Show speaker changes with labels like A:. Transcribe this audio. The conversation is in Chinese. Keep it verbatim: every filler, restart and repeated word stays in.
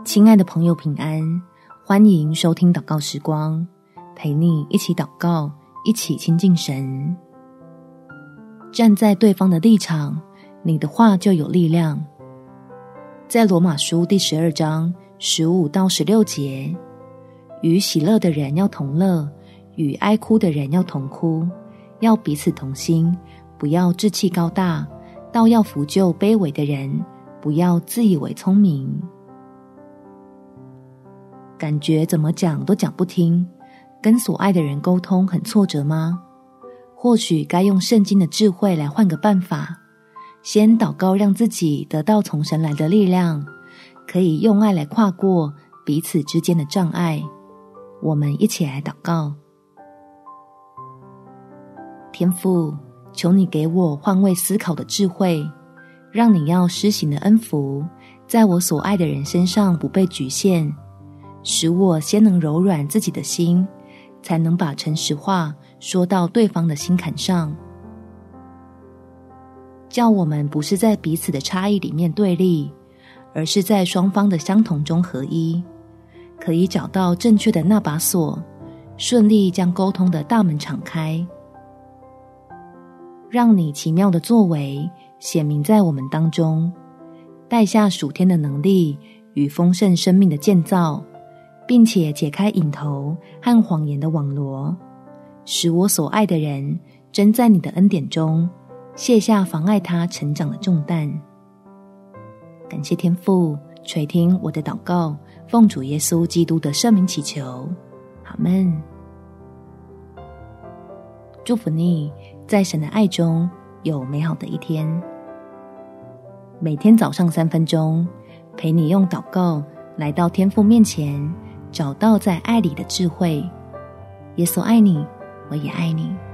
A: 亲爱的朋友平安，欢迎收听祷告时光，陪你一起祷告，一起亲近神。站在对方的立场，你的话就有力量。在罗马书第十二章十五到十六节，与喜乐的人要同乐，与哀哭的人要同哭，要彼此同心，不要志气高大，倒要扶救卑微的人，不要自以为聪明。感觉怎么讲都讲不听，跟所爱的人沟通很挫折吗？或许该用圣经的智慧来换个办法，先祷告让自己得到从神来的力量，可以用爱来跨过彼此之间的障碍。我们一起来祷告。天父，求你给我换位思考的智慧，让你要施行的恩福在我所爱的人身上不被局限，使我先能柔软自己的心，才能把诚实话说到对方的心坎上。叫我们不是在彼此的差异里面对立，而是在双方的相同中合一，可以找到正确的那把锁，顺利将沟通的大门敞开。让你奇妙的作为显明在我们当中，带下属天的能力与丰盛生命的建造，并且解开引头和谎言的网罗，使我所爱的人真在你的恩典中卸下妨碍他成长的重担。感谢天父垂听我的祷告，奉主耶稣基督的圣名祈求，阿们。祝福你在神的爱中有美好的一天。每天早上三分钟，陪你用祷告来到天父面前，找到在爱里的智慧。耶稣爱你，我也爱你。